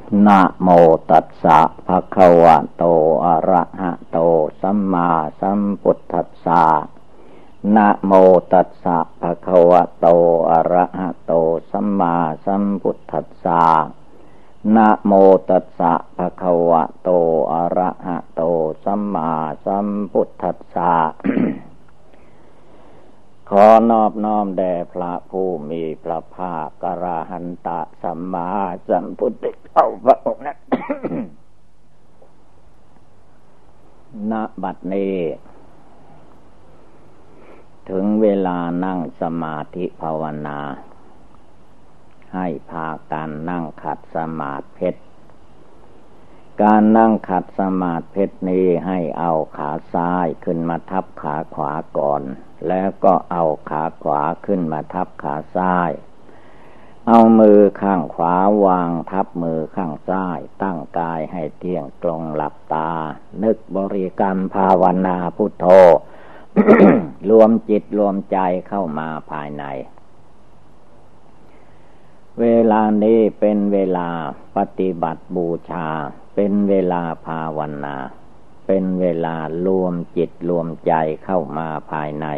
นะโมตัสสะภะคะวะโตอะระหะโตสัมมาสัมพุทธัสสะนะโมตัสสะภะคะวะโตอะระหะโตสัมมาสัมพุทธัสสะนะโมตัสสะภะคะวะโตอะระหะโตสัมมาสัมพุทธัสสะ ขอนอบน้อมแด่พระผู้มีพระภาคอรหันตสัมมาสัมพุทธเจ้าพระองค์นั้น ณ บัดนี้ถึงเวลานั่งสมาธิภาวนาให้พากันนั่งขัดสมาธิการนั่งขัดสมาธินี้ให้เอาขาซ้ายขึ้นมาทับขาขวาก่อนแล้วก็เอาขาขวาขึ้นมาทับขาซ้ายเอามือข้างขวาวางทับมือข้างซ้ายตั้งกายให้เที่ยงตรงหลับตานึกบริกรรมภาวนาพุทโธ รวมจิตรวมใจเข้ามาภายในเวลานี้เป็นเวลาปฏิบัติบูชาเป็นเวลาภาวนาเป็นเวลารวมจิตรวมใจเข้ามาภายใน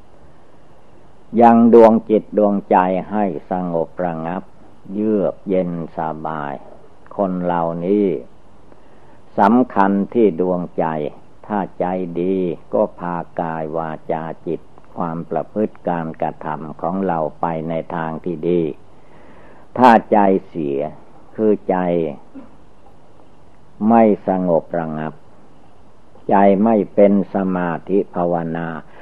ยังดวงจิตดวงใจให้สงบระงับเยือกเย็นสบายคนเหล่านี้สำคัญที่ดวงใจถ้าใจดีก็พากายวาจาจิตความประพฤติการกระทำของเราไปในทางที่ดีถ้าใจเสียคือใจไม่สงบระงับใจไม่เป็นสมาธิภาวนา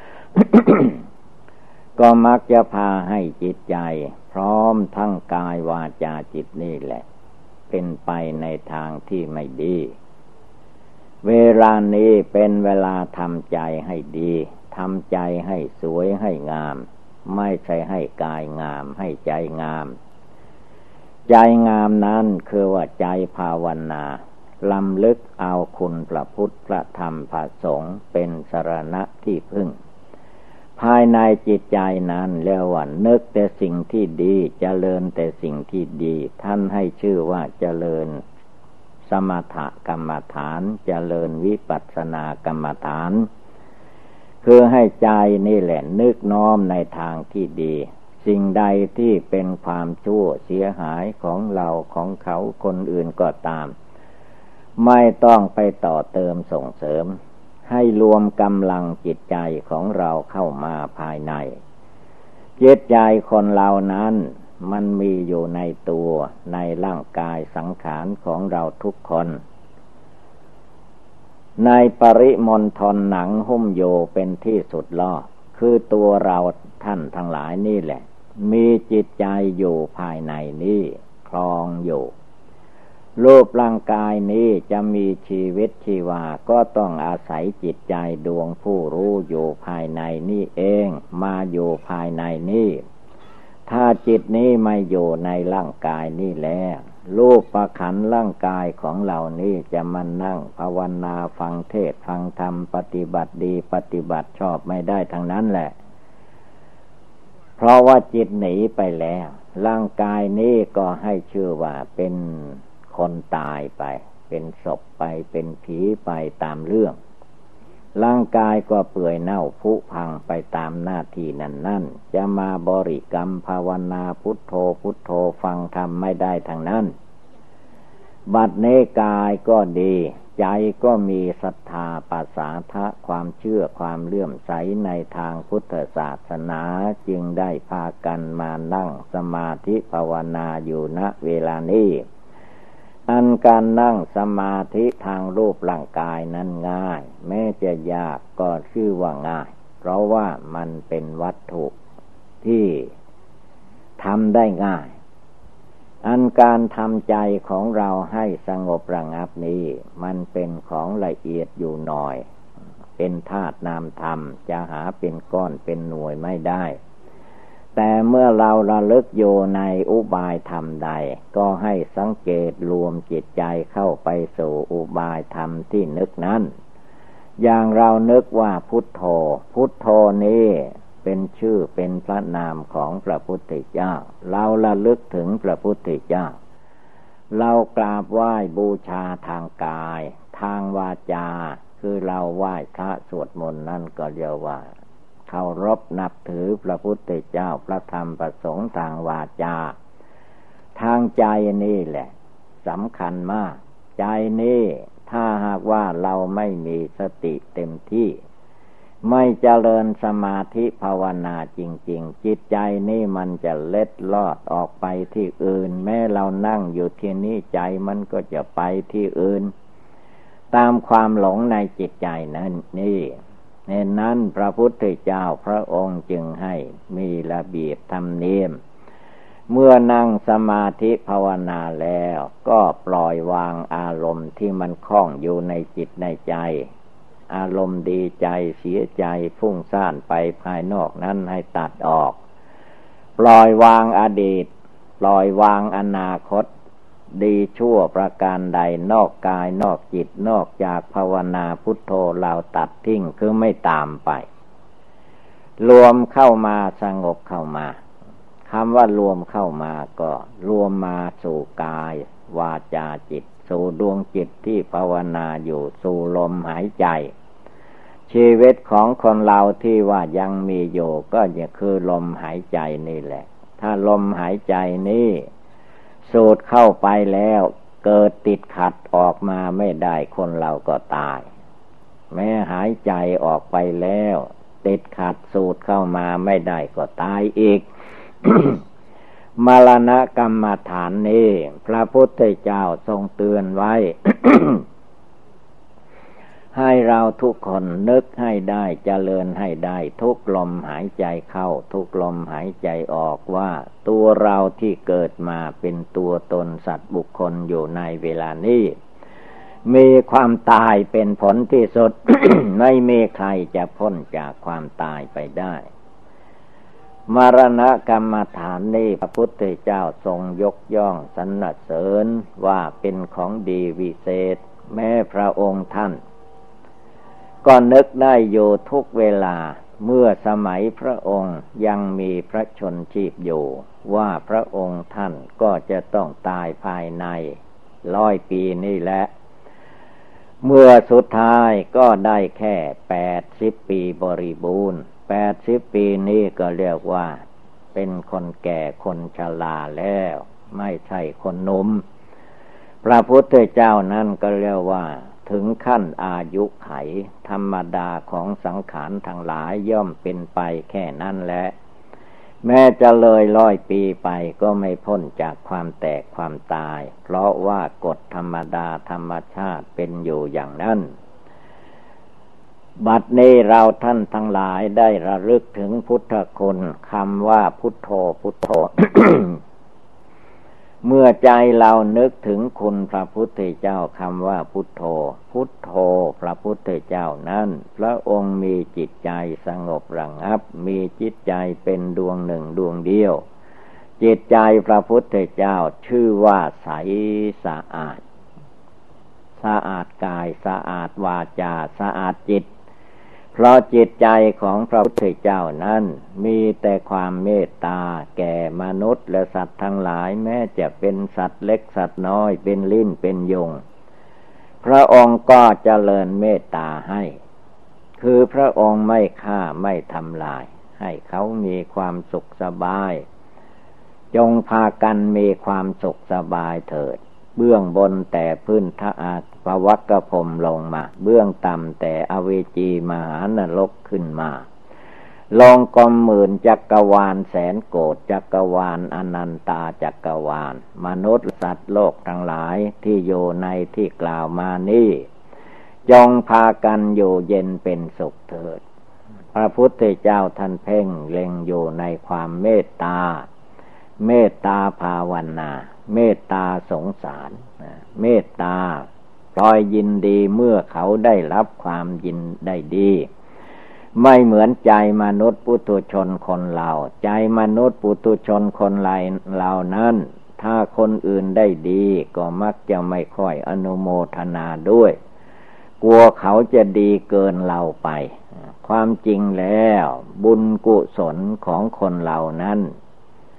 ก็มักจะพาให้จิตใจพร้อมทั้งกายวาจาจิตนี่แหละเป็นไปในทางที่ไม่ดีเวลานี้เป็นเวลาทำใจให้ดีทำใจให้สวยให้งามไม่ใช่ให้กายงามให้ใจงามใจงามนั้นคือว่าใจภาวนาลำลึกเอาคุณพระพุทธพระธรรมพระสงฆ์เป็นสรณะที่พึ่งภายในจิตใจนั้นเรียกว่านึกแต่สิ่งที่ดีเจริญแต่สิ่งที่ดีท่านให้ชื่อว่าเจริญสมถกรรมฐานเจริญวิปัสสนากรรมฐานคือให้ใจนี่แหละนึกน้อมในทางที่ดีสิ่งใดที่เป็นความชั่วเสียหายของเราของเขาคนอื่นก็ตามไม่ต้องไปต่อเติมส่งเสริมให้รวมกำลังจิตใจของเราเข้ามาภายในจิตใจคนเรานั้นมันมีอยู่ในตัวในร่างกายสังขารของเราทุกคนในปริมณฑลหนังหุ้มโยเป็นที่สุดล่อคือตัวเราท่านทั้งหลายนี่แหละมีจิตใจอยู่ภายในนี้ครองอยู่รูปร่างกายนี้จะมีชีวิตชีวาก็ต้องอาศัยจิตใจดวงผู้รู้อยู่ภายในนี่เองมาอยู่ภายในนี่ถ้าจิตนี้ไม่อยู่ในร่างกายนี่แล้วรูปประขันร่างกายของเรานี่จะมานั่งภาวนาฟังเทศน์ฟังธรรมปฏิบัติดีปฏิบัติชอบไม่ได้ทั้งนั้นแหละเพราะว่าจิตหนีไปแล้วร่างกายนี้ก็ให้ชื่อว่าเป็นคนตายไปเป็นศพไปเป็นผีไปตามเรื่องร่างกายก็เปื่อยเน่าผุพังไปตามหน้าที่นั่นจะมาบริกรรมภาวนาพุทโธพุทโธฟังธรรมไม่ได้ทางนั้นบัดนี้กายก็ดีใจก็มีศรัทธาปัสสาทะความเชื่อความเลื่อมใสในทางพุทธศาสนาจึงได้พากันมานั่งสมาธิภาวนาอยู่ณเวลานี้อันการนั่งสมาธิทางรูปร่างกายนั้นง่ายแม้จะยากก็ชื่อว่าง่ายเพราะว่ามันเป็นวัตถุที่ทำได้ง่ายอันการทำใจของเราให้สงบระงับนี้มันเป็นของละเอียดอยู่หน่อยเป็นธาตุนามธรรมจะหาเป็นก้อนเป็นหน่วยไม่ได้แต่เมื่อเราระลึกอยู่ในอุบายธรรมใดก็ให้สังเกตรวมจิตใจเข้าไปสู่อุบายธรรมที่นึกนั้นอย่างเรานึกว่าพุทโธพุทโธนี้เป็นชื่อเป็นพระนามของพระพุทธเจ้าเราระลึกถึงพระพุทธเจ้าเรากราบไหว้บูชาทางกายทางวาจาคือเราไหว้พระสวดมนต์นั่นก็เรียกว่าเคารพนับถือพระพุทธเจ้าพระธรรมพระสงฆ์ทางวาจาทางใจนี่แหละสำคัญมากใจนี่ถ้าหากว่าเราไม่มีสติเต็มที่ไม่เจริญสมาธิภาวนาจริงๆจิตใจนี่มันจะเล็ดลอดออกไปที่อื่นแม้เรานั่งอยู่ที่นี่ใจมันก็จะไปที่อื่นตามความหลงในจิตใจนั้นนี่ในนั้นพระพุทธเจ้าพระองค์จึงให้มีระเบียบธรรมเนียมเมื่อนั่งสมาธิภาวนาแล้วก็ปล่อยวางอารมณ์ที่มันคล้องอยู่ในจิตในใจอารมณ์ดีใจเสียใจฟุ้งซ่านไปภายนอกนั้นให้ตัดออกปล่อยวางอดีตปล่อยวางอนาคตดีชั่วประการใดนอกกายนอกจิตนอกจากภาวนาพุทโธเราตัดทิ้งคือไม่ตามไปรวมเข้ามาสงบเข้ามาคำว่ารวมเข้ามาก็รวมมาสู่กายวาจาจิตสู่ดวงจิตที่ภาวนาอยู่สู่ลมหายใจชีวิตของคนเราที่ว่ายังมีอยู่ก็จะคือลมหายใจนี่แหละถ้าลมหายใจนี้สูดเข้าไปแล้วเกิดติดขัดออกมาไม่ได้คนเราก็ตายแม้หายใจออกไปแล้วติดขัดสูดเข้ามาไม่ได้ก็ตายอีก มรณะกรรมฐานนี้พระพุทธเจ้าทรงเตือนไว้ ให้เราทุกคนนึกให้ได้เจริญให้ได้ทุกลมหายใจเข้าทุกลมหายใจออกว่าตัวเราที่เกิดมาเป็นตัวตนสัตว์บุคคลอยู่ในเวลานี้มีความตายเป็นผลที่สุด ไม่มีใครจะพ้นจากความตายไปได้มรณะกรรมฐานนี้พระพุทธเจ้าทรงยกย่องสรรเสริญว่าเป็นของดีวิเศษแม้พระองค์ท่านก็นึกได้อยู่ทุกเวลาเมื่อสมัยพระองค์ยังมีพระชนชีพอยู่ว่าพระองค์ท่านก็จะต้องตายภายใน100 ปีนี่แหละเมื่อสุดท้ายก็ได้แค่80 ปีบริบูรณ์80 ปีนี้ก็เรียกว่าเป็นคนแก่คนชราแล้วไม่ใช่คนหนุ่มพระพุทธเจ้านั้นก็เรียกว่าถึงขั้นอายุไขธรรมดาของสังขารทั้งหลายย่อมเป็นไปแค่นั้นแหละแม้จะเลย100 ปีไปก็ไม่พ้นจากความแตกความตายเพราะว่ากฎธรรมดาธรรมชาติเป็นอยู่อย่างนั้นบัดนี้เราท่านทั้งหลายได้ระลึกถึงพุทธคุณคำว่าพุทโธพุทโธ เมื่อใจเรานึกถึงคุณพระพุทธเจ้าคำว่าพุทโธพุทโธพระพุทธเจ้านั้นพระองค์มีจิตใจสงบระงับมีจิตใจเป็นดวงหนึ่งดวงเดียวจิตใจพระพุทธเจ้าชื่อว่าใสสะอาดสะอาดกายสะอาดวาจาสะอาดจิตเพราะจิตใจของพระพุทธเจ้านั้นมีแต่ความเมตตาแก่มนุษย์และสัตว์ทั้งหลายแม้จะเป็นสัตว์เล็กสัตว์น้อยเป็นลิ้นเป็นยุงพระองค์ก็เจริญเมตตาให้คือพระองค์ไม่ฆ่าไม่ทำลายให้เขามีความสุขสบายจงพากันมีความสุขสบายเถิดเบื้องบนแต่พื้นทะอาภวักพรหมลงมาเบื้องต่ำแต่อเวจีมหานรกขึ้นมาลงกอมหมื่นจักรวาลแสนโกฏจักรวาลอนันตาจักรวาลมนุษย์สัตว์โลกทั้งหลายที่อยู่ในที่กล่าวมานี้จงพากันอยู่เย็นเป็นสุขเถิดพระพุทธเจ้าท่านเพ่งเล็งอยู่ในความเมตตาเมตตาภาวนาเมตตาสงสารเมตตาพลอยยินดีเมื่อเขาได้รับความยินได้ดีไม่เหมือนใจมนุษย์ปุถุชนคนเราใจมนุษย์ปุถุชนคนเหล่านั้นถ้าคนอื่นได้ดีก็มักจะไม่ค่อยอนุโมทนาด้วยกลัวเขาจะดีเกินเราไปความจริงแล้วบุญกุศลของคนเหล่านั้น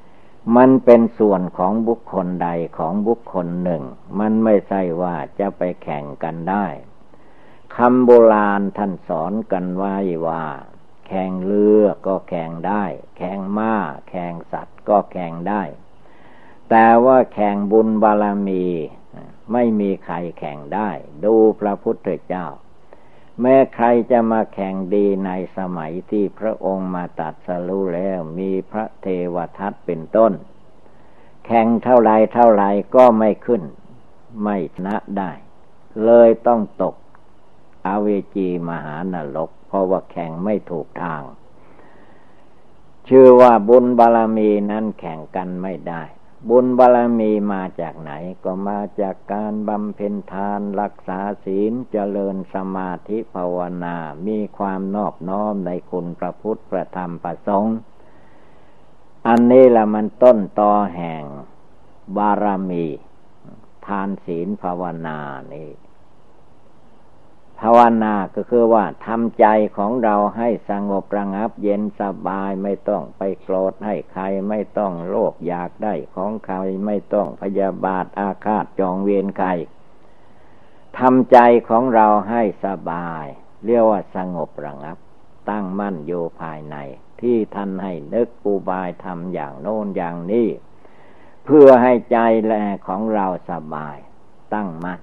มันเป็นส่วนของบุคคลใดของบุคคลหนึ่งมันไม่ใช่ว่าจะไปแข่งกันได้คำโบราณท่านสอนกันไว้ว่าแข่งเรือก็แข่งได้แข่งม้าแข่งสัตว์ก็แข่งได้แต่ว่าแข่งบุญบารมีไม่มีใครแข่งได้ดูพระพุทธเจ้าแม้ใครจะมาแข่งดีในสมัยที่พระองค์มาตรัสรู้แล้วมีพระเทวทัตเป็นต้นแข่งเท่าไรก็ไม่ขึ้นไม่ชนะได้เลยต้องตกอเวจีมหานรกเพราะว่าแข่งไม่ถูกทางชื่อว่าบุญบารมีนั้นแข่งกันไม่ได้บุญบารมีมาจากไหนก็มาจากการบำเพ็ญทานรักษาศีลเจริญสมาธิภาวนามีความนอบน้อมในคุณพระพุทธพระธรรมพระสงฆ์อันนี้ละมันต้นตอแห่งบารมีทานศีลภาวนานี่ภาวนาก็คือว่าทำใจของเราให้สงบระงับเย็นสบายไม่ต้องไปโกรธให้ใครไม่ต้องโลภอยากได้ของใครไม่ต้องพยาบาทอาฆาตจองเวรใครทำใจของเราให้สบายเรียกว่าสงบระงับตั้งมั่นอยู่ภายในที่ท่านให้นึกอุบายทำอย่างโน้นอย่างนี้เพื่อให้ใจแลของเราสบายตั้งมั่น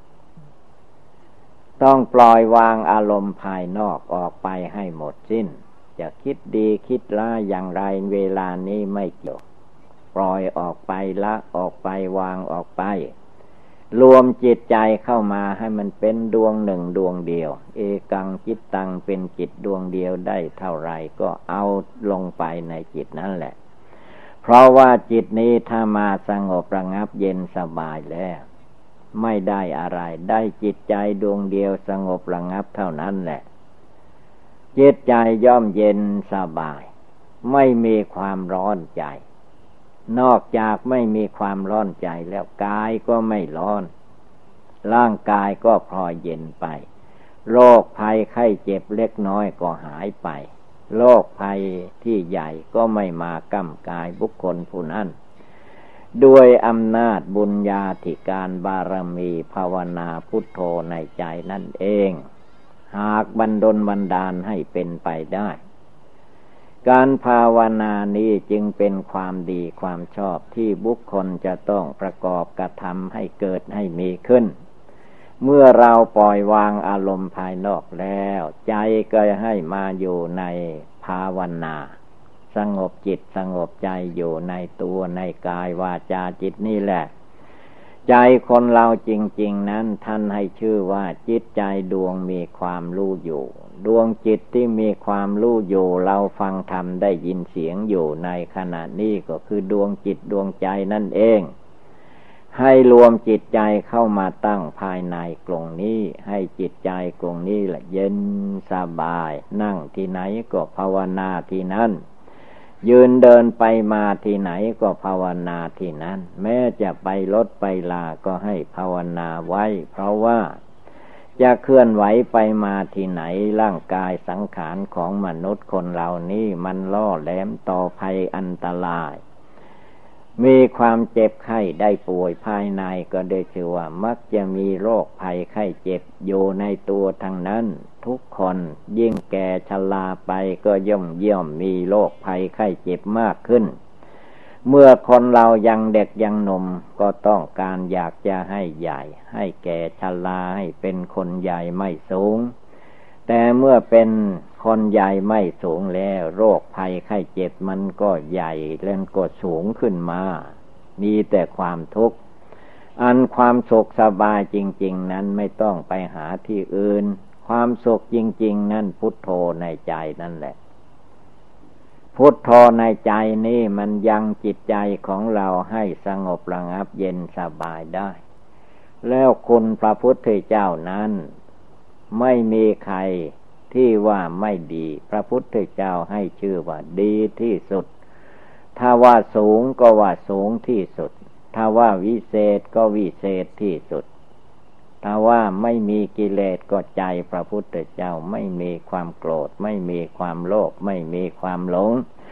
ต้องปล่อยวางอารมณ์ภายนอกออกไปให้หมดสิ้นจะคิดดีคิดร้ายอย่างไรเวลานี้ไม่เกี่ยวปล่อยออกไปละออกไปวางออกไปรวมจิตใจเข้ามาให้มันเป็นดวงหนึ่งดวงเดียวเอกังจิตตังเป็นจิตดวงเดียวได้เท่าไรก็เอาลงไปในจิตนั่นแหละเพราะว่าจิตนี้ถ้ามาสงบระงับเย็นสบายแล้วไม่ได้อะไรได้จิตใจดวงเดียวสงบระงับเท่านั้นแหละจิตใจย่อมเย็นสบายไม่มีความร้อนใจนอกจากไม่มีความร้อนใจแล้วกายก็ไม่ร้อนร่างกายก็พลอยเย็นไปโรคภัยไข้เจ็บเล็กน้อยก็หายไปโรคภัยที่ใหญ่ก็ไม่มาก้ำกายบุคคลผู้นั้นด้วยอำนาจบุญญาธิการบารมีภาวนาพุทโธในใจนั่นเองหากบันดลบันดาลให้เป็นไปได้การภาวนานี้จึงเป็นความดีความชอบที่บุคคลจะต้องประกอบกระทำให้เกิดให้มีขึ้นเมื่อเราปล่อยวางอารมณ์ภายนอกแล้วใจก็ให้มาอยู่ในภาวนาสงบจิตสงบใจอยู่ในตัวในกายวาจาจิตนี่แหละใจคนเราจริงๆนั้นท่านให้ชื่อว่าจิตใจดวงมีความรู้อยู่ดวงจิตที่มีความรู้อยู่เราฟังธรรมได้ยินเสียงอยู่ในขณะนี้ก็คือดวงจิตดวงใจนั่นเองให้รวมจิตใจเข้ามาตั้งภายในกรงนี้ให้จิตใจกรงนี้แหละเย็นสบายนั่งที่ไหนก็ภาวนาที่นั่นยืนเดินไปมาที่ไหนก็ภาวนาที่นั้นแม้จะไปรถไปลาก็ให้ภาวนาไว้เพราะว่าจะเคลื่อนไหวไปมาที่ไหนร่างกายสังขารของมนุษย์คนเหล่านี้มันล่อแหลมต่อภัยอันตรายมีความเจ็บไข้ได้ป่วยภายในก็ได้ชื่อว่ามักจะมีโรคภัยไข้เจ็บอยู่ในตัวทั้งนั้นทุกคนยิ่งแก่ชราไปก็ย่อมมีโรคภัยไข้เจ็บมากขึ้นเมื่อคนเรายังเด็กยังหนุ่มก็ต้องการอยากจะให้ใหญ่ให้แก่ชราให้เป็นคนใหญ่ไม่สูงแต่เมื่อเป็นคนใหญ่ไม่สูงแล้วโรคภัยไข้เจ็บมันก็ใหญ่แล้วก็สูงขึ้นมามีแต่ความทุกข์อันความสุขสบายจริงๆนั้นไม่ต้องไปหาที่อื่นความสุขจริงๆนั้นพุทโธในใจนั่นแหละพุทโธในใจนี่มันยังจิตใจของเราให้สงบระงับเย็นสบายได้แล้วคุณพระพุทธเจ้านั้นไม่มีใครที่ว่าไม่ดีพระพุทธเจ้าให้ชื่อว่าดีที่สุดถ้าว่าสูงก็ว่าสูงที่สุดถ้าว่าวิเศษก็วิเศษที่สุดถ้าว่าไม่มีกิเลสก็ใจพระพุทธเจ้าไม่มีความโกรธไม่มีความโลภไม่มีความหลง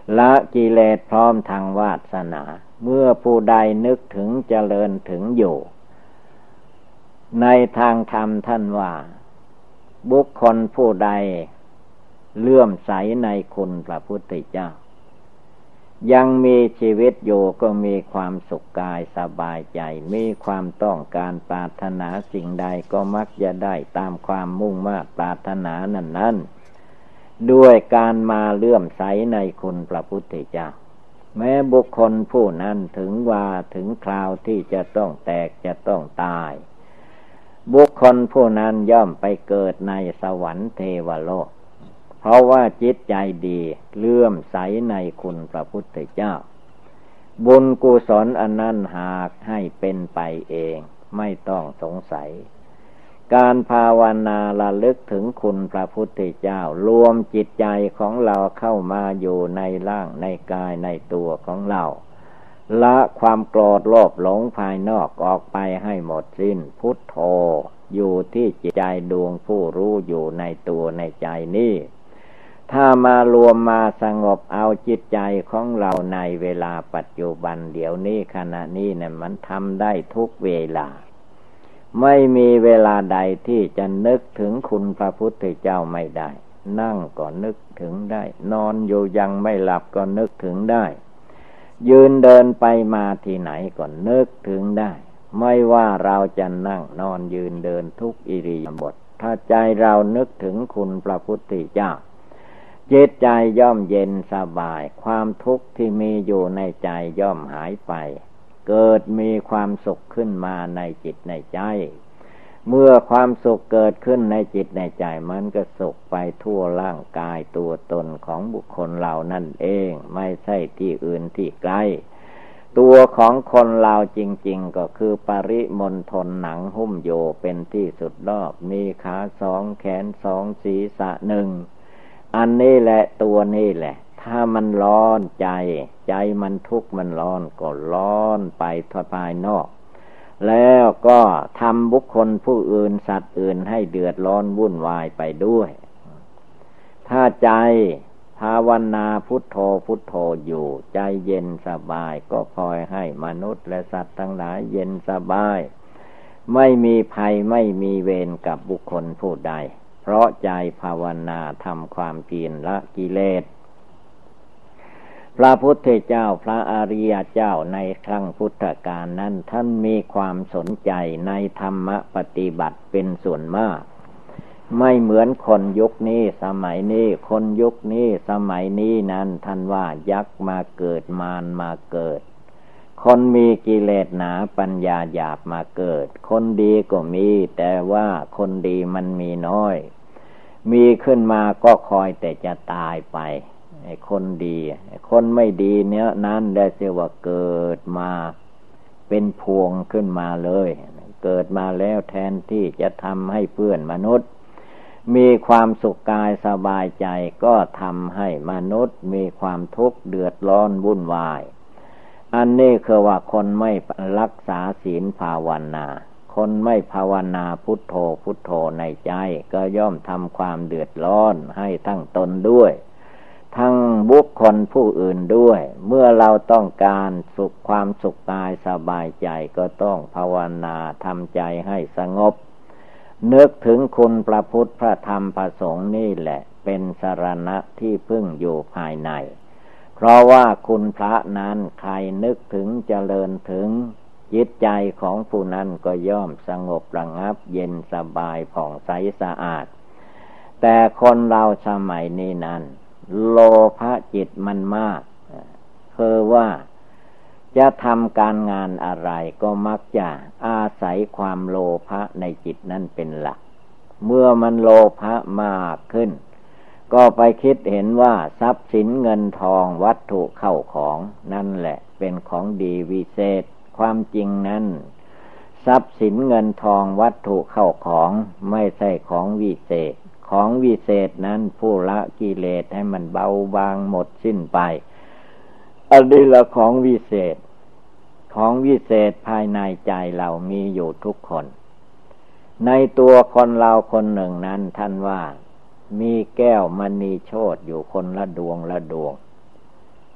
ละกิเลสพร้อมทางวาสนาเมื่อผู้ใดนึกถึงเจริญถึงอยู่ในทางธรรมท่านว่าบุคคลผู้ใดเลื่อมใสในคุณพระพุทธเจ้ายังมีชีวิตอยู่ก็มีความสุขกายสบายใจมีความต้องการปรารถนาสิ่งใดก็มักจะได้ตามความมุ่งมา่ปรารถนานั้นด้วยการมาเลื่อมใสในคุณพระพุทธเจ้าแม้บุคคลผู้นั้นถึงว่าถึงคราวที่จะต้องแตกจะต้องตายบุคคลผู้นั้นย่อมไปเกิดในสวรรค์เทวโลกเพราะว่าจิตใจดีเลื่อมใสในคุณพระพุทธเจ้าบุญกุศลอันนั้นหากให้เป็นไปเองไม่ต้องสงสัยการภาวนาระลึกถึงคุณพระพุทธเจ้ารวมจิตใจของเราเข้ามาอยู่ในร่างในกายในตัวของเราละความโกรธโลภหลงภายนอกออกไปให้หมดสิ้นพุทโธอยู่ที่จิตใจดวงผู้รู้อยู่ในตัวในใจนี้ถ้ามารวมมาสงบเอาจิตใจของเราในเวลาปัจจุบันเดี๋ยวนี้ขณะนี้เนี่ยมันทำได้ทุกเวลาไม่มีเวลาใดที่จะนึกถึงคุณพระพุทธเจ้าไม่ได้นั่งก็นึกถึงได้นอนอยู่ยังไม่หลับก็นึกถึงได้ยืนเดินไปมาที่ไหนก็นึกถึงได้ไม่ว่าเราจะนั่งนอนยืนเดินทุกอิริยาบถถ้าใจเรานึกถึงคุณพระพุทธเจ้าจิตใจย่อมเย็นสบายความทุกข์ที่มีอยู่ในใจย่อมหายไปเกิดมีความสุขขึ้นมาในจิตในใจเมื่อความสุขเกิดขึ้นในจิตในใจมันก็สุขไปทั่วร่างกายตัวตนของบุคคลเรานั่นเองไม่ใช่ที่อื่นที่ไกลตัวของคนเราจริงๆก็คือปริมณฑลหนังหุ้มโยเป็นที่สุดรอบมีขาสองแขนสองศีรษะหนึ่งอันนี้แหละตัวนี้แหละถ้ามันร้อนใจมันทุกข์มันร้อนก็ร้อนไปภายนอกแล้วก็ทำบุคคลผู้อื่นสัตว์อื่นให้เดือดร้อนวุ่นวายไปด้วยถ้าใจภาวนาพุทโธพุทโธอยู่ใจเย็นสบายก็พลอยให้มนุษย์และสัตว์ทั้งหลายเย็นสบายไม่มีภัยไม่มีเวรกับบุคคลผู้ใดเพราะใจภาวนาทำความเพียรละกิเลสพระพุทธเจ้าพระอริยเจ้าในครั้งพุทธกาลนั้นท่านมีความสนใจในธรรมปฏิบัติเป็นส่วนมากไม่เหมือนคนยุคนี้สมัยนี้คนยุคนี้สมัยนี้นั้นท่านว่ายักษ์มาเกิดมารมาเกิดคนมีกิเลสหนาปัญญาหยาบมาเกิดคนดีก็มีแต่ว่าคนดีมันมีน้อยมีขึ้นมาก็คอยแต่จะตายไปไอ้คนดีคนไม่ดีเนี่ยนั้นได้เสียว่าเกิดมาเป็นพวงขึ้นมาเลยเกิดมาแล้วแทนที่จะทำให้เพื่อนมนุษย์มีความสุขกายสบายใจก็ทำให้มนุษย์มีความทุกข์เดือดร้อนวุ่นวายอันนี้คือว่าคนไม่รักษาศีลภาวนาคนไม่ภาวนาพุทโธพุทโธในใจก็ย่อมทำความเดือดร้อนให้ทั้งตนด้วยทั้งบุคคลผู้อื่นด้วยเมื่อเราต้องการสุขความสุขกายสบายใจก็ต้องภาวนาทำใจให้สงบนึกถึงคุณพระพุทธพระธรรมพระสงฆ์นี่แหละเป็นสรณะที่พึ่งอยู่ภายในเพราะว่าคุณพระนั้นใครนึกถึงเจริญถึงจิตใจของผู้นั้นก็ย่อมสงบระงับเย็นสบายผ่องใสสะอาดแต่คนเราสมัยนี้นั้นโลภะจิตมันมากคือว่าจะทำการงานอะไรก็มักจะอาศัยความโลภะในจิตนั้นเป็นหลักเมื่อมันโลภะมากขึ้นก็ไปคิดเห็นว่าทรัพย์สินเงินทองวัตถุเข้าของนั่นแหละเป็นของดีวิเศษความจริงนั้นทรัพย์สินเงินทองวัตถุเข้าของไม่ใช่ของวิเศษของวิเศษนั้นผู้ละกิเลสให้มันเบาบางหมดสิ้นไปอันนี้ละของวิเศษของวิเศษภายในใจเรามีอยู่ทุกคนในตัวคนเราคนหนึ่งนั้นท่านว่ามีแก้วมณีโชติอยู่คนละดวงละดวง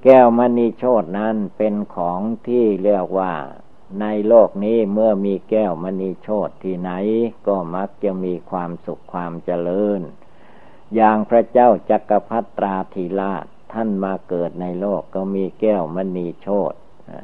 แก้วมณีโชตินั้นเป็นของที่เรียกว่าในโลกนี้เมื่อมีแก้วมณีโชติที่ไหนก็มักจะมีความสุขความเจริญอย่างพระเจ้าจักรพรรดิราธิราชท่านมาเกิดในโลกก็มีแก้วมณีโชติ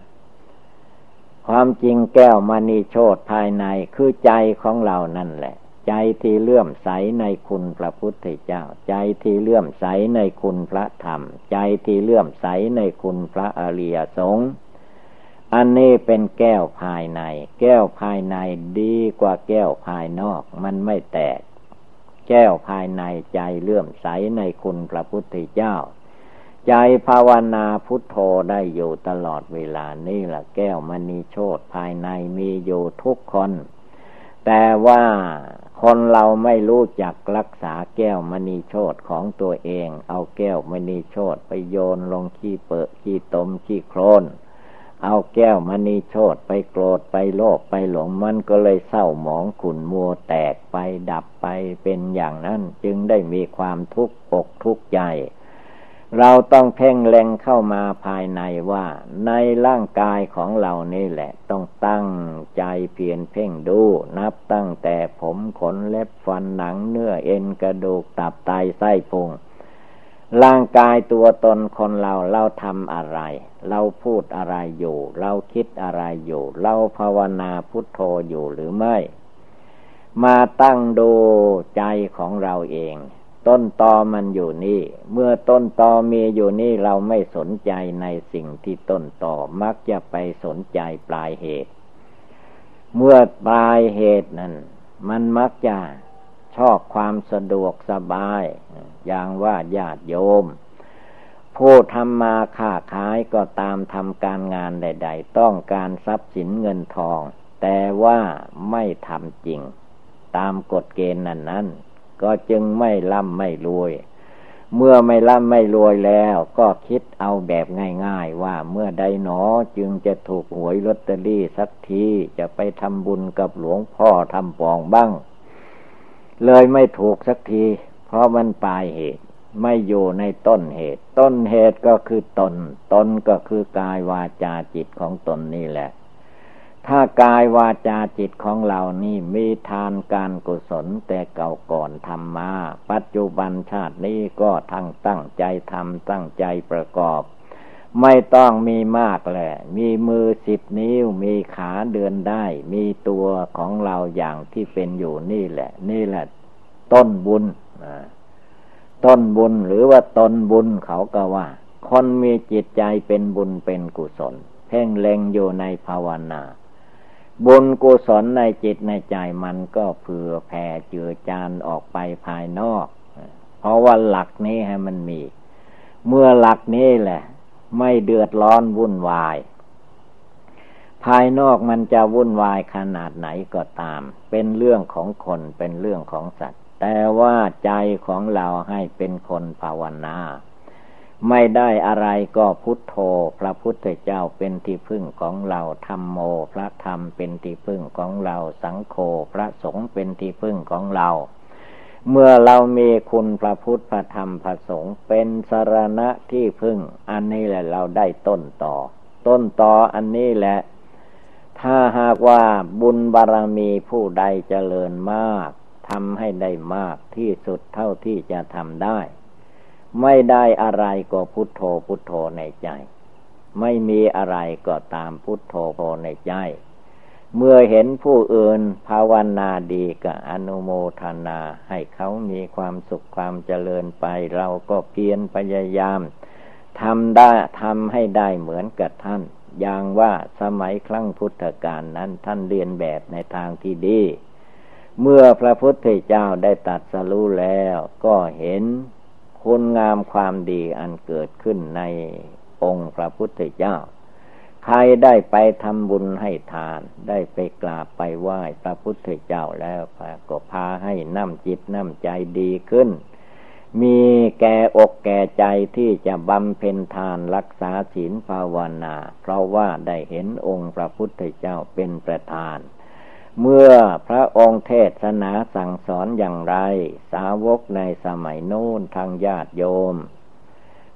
ความจริงแก้วมณีโชติภายในคือใจของเรานั่นแหละใจที่เลื่อมใสในคุณพระพุทธเจ้าใจที่เลื่อมใสในคุณพระธรรมใจที่เลื่อมใสในคุณพระอริยสงฆ์อันนี้เป็นแก้วภายในแก้วภายในดีกว่าแก้วภายนอกมันไม่แตกแก้วภายในใจเลื่อมใสในคุณพระพุทธเจ้าใจภาวนาพุทโธได้อยู่ตลอดเวลานี่แหละแก้วมณีโชติภายในมีอยู่ทุกคนแต่ว่าคนเราไม่รู้จักรักษาแก้วมณีโชติของตัวเองเอาแก้วมณีโชติไปโยนลงขี้เปอะขี้ตมขี้โคลนเอาแก้วมณีโชติไปโกรธไปโลภไปหลงมันก็เลยเศร้าหมองขุ่นมัวแตกไปดับไปเป็นอย่างนั้นจึงได้มีความทุกข์อกทุกข์ใจเราต้องเพ่งเล็งเข้ามาภายในว่าในร่างกายของเรานี่แหละต้องตั้งใจเพียรเพ่งดูนับตั้งแต่ผมขนเล็บฟันหนังเนื้อเอ็นกระดูกตับไตไส้พุงร่างกายตัวตนคนเราทำอะไรเราพูดอะไรอยู่เราคิดอะไรอยู่เราภาวนาพุทโธอยู่หรือไม่มาตั้งดูใจของเราเองต้นตอมันอยู่นี่เมื่อต้นตอมีอยู่นี่เราไม่สนใจในสิ่งที่ต้นตอมักจะไปสนใจปลายเหตุเมื่อปลายเหตุนั้นมันมักจะชอบความสะดวกสบายอย่างว่าญาติโยมผู้ทำมาค้าขายก็ตามทำการงานใดๆต้องการทรัพย์สินเงินทองแต่ว่าไม่ทำจริงตามกฎเกณฑ์นั้นก็จึงไม่ร่ำไม่รวยเมื่อไม่ร่ำไม่รวยแล้วก็คิดเอาแบบง่ายๆว่าเมื่อใดหนอจึงจะถูกหวยลอตเตอรี่สักทีจะไปทำบุญกับหลวงพ่อทำปองบ้างเลยไม่ถูกสักทีเพราะมันปลายเหตุไม่อยู่ในต้นเหตุต้นเหตุก็คือตนก็คือกายวาจาจิตของตนนี่แหละถ้ากายวาจาจิตของเรานี่มีทานการกุศลแต่เก่าก่อนทำมาปัจจุบันชาตินี้ก็ทั้งตั้งใจทำตั้งใจประกอบไม่ต้องมีมากแหละมีมือ10 นิ้วมีขาเดินได้มีตัวของเราอย่างที่เป็นอยู่นี่แหละต้นบุญต้นบุญหรือว่าตนบุญเขาก็ว่าคนมีจิตใจเป็นบุญเป็นกุศลเพ่งเล็งอยู่ในภาวนาบุญกุศลในจิตในใจมันก็เผื่อแผ่เจือจานออกไปภายนอกเพราะว่าหลักนี้ให้มันมีเมื่อหลักนี้แหละไม่เดือดร้อนวุ่นวายภายนอกมันจะวุ่นวายขนาดไหนก็ตามเป็นเรื่องของคนเป็นเรื่องของสัตว์แต่ว่าใจของเราให้เป็นคนภาวนาไม่ได้อะไรก็พุทโธพระพุทธเจ้าเป็นที่พึ่งของเราธัมโมพระธรรมเป็นที่พึ่งของเราสังโฆพระสงฆ์เป็นที่พึ่งของเราเมื่อเรามีคุณพระพุทธพระธรรมพระสงฆ์เป็นสรณะที่พึ่งอันนี้แหละเราได้ต้นตออันนี้แหละถ้าหากว่าบุญบารมีผู้ใดเจริญมากทำให้ได้มากที่สุดเท่าที่จะทำได้ไม่ได้อะไรก็พุทโธพุทโธในใจไม่มีอะไรก็ตามพุทโธในใจเมื่อเห็นผู้อื่นภาวนาดีก็อนุโมทนาให้เขามีความสุขความเจริญไปเราก็เพียรพยายามทำให้ได้เหมือนกับท่านอย่างว่าสมัยครั้งพุทธกาลนั้นท่านเรียนแบบในทางที่ดีเมื่อพระพุทธเจ้าได้ตรัสรู้แล้วก็เห็นคุณงามความดีอันเกิดขึ้นในองค์พระพุทธเจ้าใครได้ไปทำบุญให้ทานได้ไปกราบไปไหว้พระพุทธเจ้าแล้วก็พาให้น้ำจิตน้ำใจดีขึ้นมีแก่อกแก่ใจที่จะบำเพ็ญทานรักษาศีลภาวนาเพราะว่าได้เห็นองค์พระพุทธเจ้าเป็นประธานเมื่อพระองค์เทศนาสั่งสอนอย่างไรสาวกในสมัยโน้นทางญาติโยม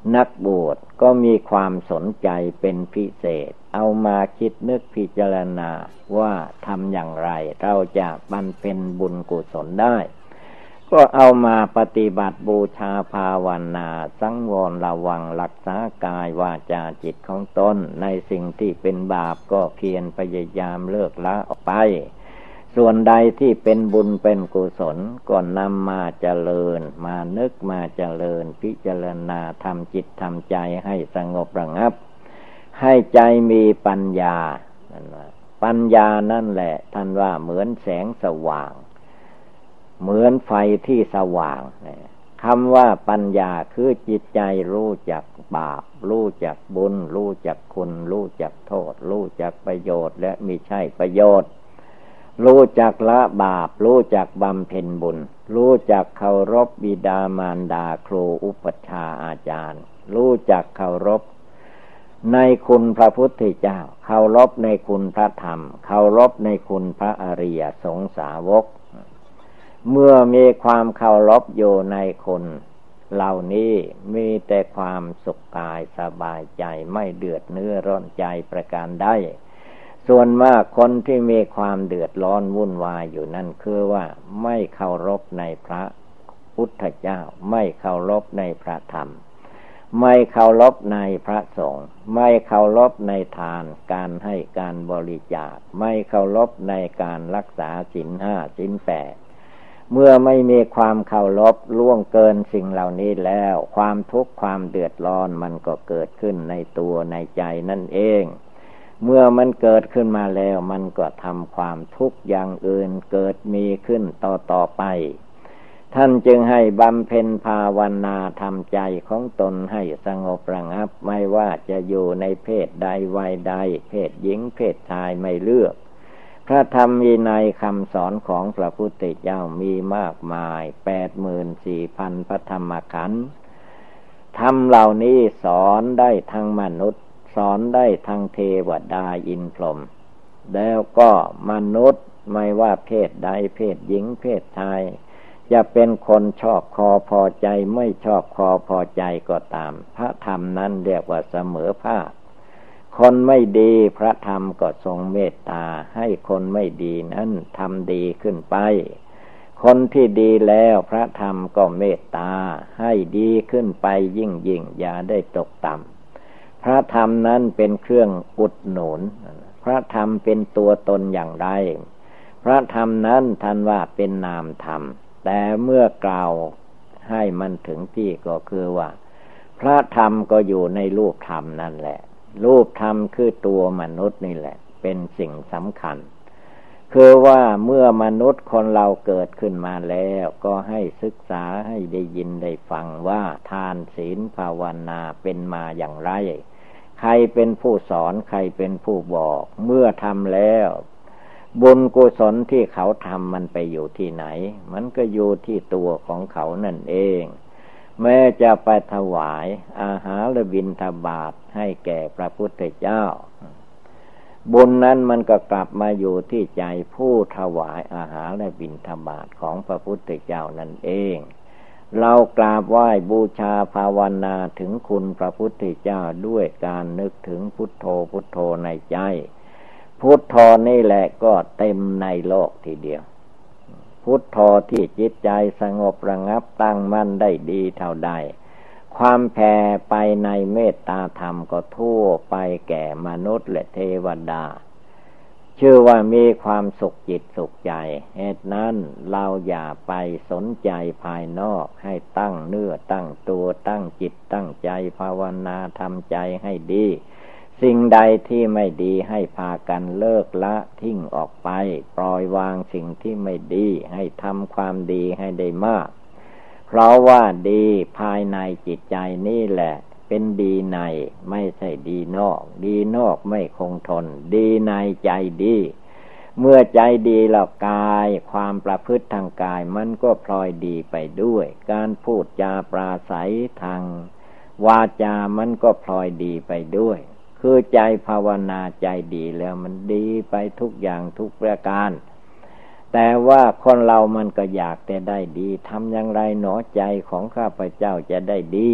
นักบวชก็มีความสนใจเป็นพิเศษเอามาคิดนึกพิจารณาว่าทำอย่างไรเราจะบรรเพ็ญบุญกุศลได้ก็เอามาปฏิบัติบูชาภาวนาสังวรระวังรักษากายวาจาจิตของตนในสิ่งที่เป็นบาปก็เพียรพยายามเลิกละออกไปส่วนใดที่เป็นบุญเป็นกุศลก็นำมาเจริญมานึกมาเจริญพิจารณาทำจิตทำใจให้สงบระงับให้ใจมีปัญญาปัญญานั่นแหละท่านว่าเหมือนแสงสว่างเหมือนไฟที่สว่างคำว่าปัญญาคือจิตใจรู้จักบาปรู้จักบุญรู้จักคุณรู้จักโทษรู้จักประโยชน์และมิใช่ประโยชน์รู้จักละบาปรู้จักบำเพ็ญบุญรู้จักเคารพบิดามารดาครูอุปัชฌาย์อาจารย์รู้จักเคารพในคุณพระพุทธเจ้าเคารพในคุณพระธรรมเคารพในคุณพระอริยสงสาวกเมื่อมีความเคารพอยู่ในคนเหล่านี้มีแต่ความสุขกายสบายใจไม่เดือดเนื้อร้อนใจประการใดส่วนมากคนที่มีความเดือดร้อนวุ่นวายอยู่นั่นคือว่าไม่เคารพในพระพุทธเจ้าไม่เคารพในพระธรรมไม่เคารพในพระสงฆ์ไม่เคารพในทานการให้การบริจาคไม่เคารพในการรักษาศีลห้าศีลแปดเมื่อไม่มีความเคารพล่วงเกินสิ่งเหล่านี้แล้วความทุกข์ความเดือดร้อนมันก็เกิดขึ้นในตัวในใจนั่นเองเมื่อมันเกิดขึ้นมาแล้วมันก็ทำความทุกข์อย่างอื่นเกิดมีขึ้นต่อไปท่านจึงให้บำเพ็ญภาวนาทำใจของตนให้สงบระงับไม่ว่าจะอยู่ในเพศใดวัยใดเพศหญิงเพศชายไม่เลือกพระธรรมวินัยคำสอนของพระพุทธเจ้ามีมากมาย 84,000 พระธรรมขันธ์ธรรมเหล่านี้สอนได้ทั้งมนุษย์สอนได้ทั้งเทวดาอินทร์พรหมแล้วก็มนุษย์ไม่ว่าเพศใดเพศหญิงเพศชายจะเป็นคนชอบคอพอใจไม่ชอบคอพอใจก็ตามพระธรรมนั้นเรียกว่าเสมอภาคคนไม่ดีพระธรรมก็ทรงเมตตาให้คนไม่ดีนั้นทำดีขึ้นไปคนที่ดีแล้วพระธรรมก็เมตตาให้ดีขึ้นไปยิ่งอย่าได้ตกต่ำพระธรรมนั้นเป็นเครื่องอุดหนุนพระธรรมเป็นตัวตนอย่างไรพระธรรมนั้นท่านว่าเป็นนามธรรมแต่เมื่อกล่าวให้มันถึงที่ก็คือว่าพระธรรมก็อยู่ในรูปธรรมนั่นแหละรูปธรรมคือตัวมนุษย์นี่แหละเป็นสิ่งสำคัญคือว่าเมื่อมนุษย์คนเราเกิดขึ้นมาแล้วก็ให้ศึกษาให้ได้ยินได้ฟังว่าทานศีลภาวนาเป็นมาอย่างไรใครเป็นผู้สอนใครเป็นผู้บอกเมื่อทำแล้วบุญกุศลที่เขาทำมันไปอยู่ที่ไหนมันก็อยู่ที่ตัวของเขานั่นเองแม้จะไปถวายอาหารและบิณฑบาตให้แก่พระพุทธเจ้าบุญนั้นมันก็กลับมาอยู่ที่ใจผู้ถวายอาหารและบิณฑบาตของพระพุทธเจ้านั่นเองเรากราบไหว้บูชาภาวนาถึงคุณพระพุทธเจ้าด้วยการนึกถึงพุทโธพุทโธในใจพุทโธนี่แหละก็เต็มในโลกทีเดียวพุทโธที่จิตใจสงบระงับตั้งมั่นได้ดีเท่าใดความแผ่ไปในเมตตาธรรมก็ทั่วไปแก่มนุษย์และเทวดาชื่อว่ามีความสุขจิตสุขใจเหตุนั้นเราอย่าไปสนใจภายนอกให้ตั้งเนื้อตั้งตัวตั้งจิตตั้งใจภาวนาทำใจให้ดีสิ่งใดที่ไม่ดีให้พากันเลิกละทิ้งออกไปปล่อยวางสิ่งที่ไม่ดีให้ทำความดีให้ได้มากเพราะว่าดีภายในจิตใจนี่แหละเป็นดีในไม่ใช่ดีนอกดีนอกไม่คงทนดีในใจดีเมื่อใจดีแล้วกายความประพฤติทางกายมันก็พลอยดีไปด้วยการพูดจาปราศัยทางวาจามันก็พลอยดีไปด้วยคือใจภาวนาใจดีแล้วมันดีไปทุกอย่างทุกประการแต่ว่าคนเรามันก็อยากแต่ได้ดีทำอย่างไรหนอใจของข้าพเจ้าจะได้ดี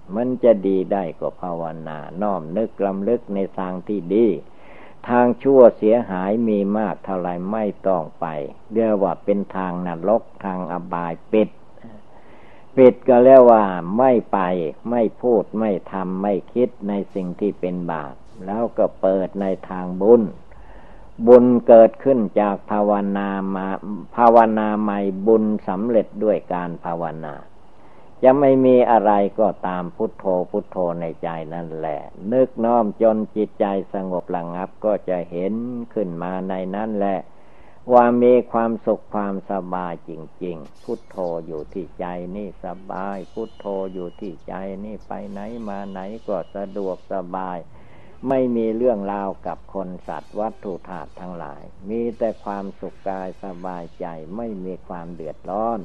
มันจะดีได้ก็ภาวนาน้อมนึกลำลึกในทางที่ดีทางชั่วเสียหายมีมากเท่าไรไม่ต้องไปเรียกว่าเป็นทางนรกทางอบายปิดก็เรียกว่าไม่ไปไม่พูดไม่ทำไม่คิดในสิ่งที่เป็นบาปแล้วก็เปิดในทางบุญเกิดขึ้นจากภาวนาใหม่บุญสำเร็จด้วยการภาวนาจะไม่มีอะไรก็ตามพุทโธพุทโธในใจนั่นแหละนึกน้อมจนจิตใจสงบระงับก็จะเห็นขึ้นมาในนั้นแหละว่ามีความสุขความสบายจริงๆพุทโธอยู่ที่ใจนี่สบายพุทโธอยู่ที่ใจนี่ไปไหนมาไหนก็สะดวกสบายไม่มีเรื่องราวกับคนสัตว์วัตถุธาตุทั้งหลายมีแต่ความสุขกายสบายใจไม่มีความเดือดร้อน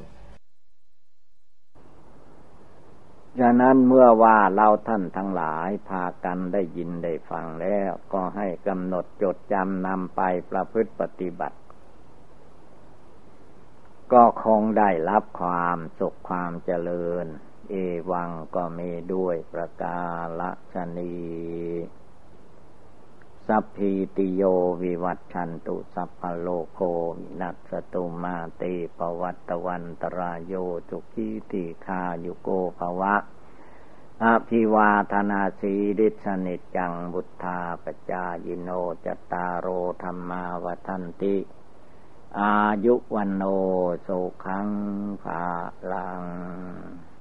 ฉะนั้นเมื่อว่าเราท่านทั้งหลายพากันได้ยินได้ฟังแล้วก็ให้กำหนดจดจำนำไปประพฤติปฏิบัติก็คงได้รับความสุขความเจริญเอวังก็มีด้วยประกาศนีสัพพิติโยวิวัชชันตุสัพพโลกโควินัสตุมาเตปวัตตวันตรายโยจุกิติคายุโกภวะอภิวาทนาสีริสนิจจังบุทธาปจายิโนจตตารโอธรรมาวทันติอายุวันโนสุขังภาลัง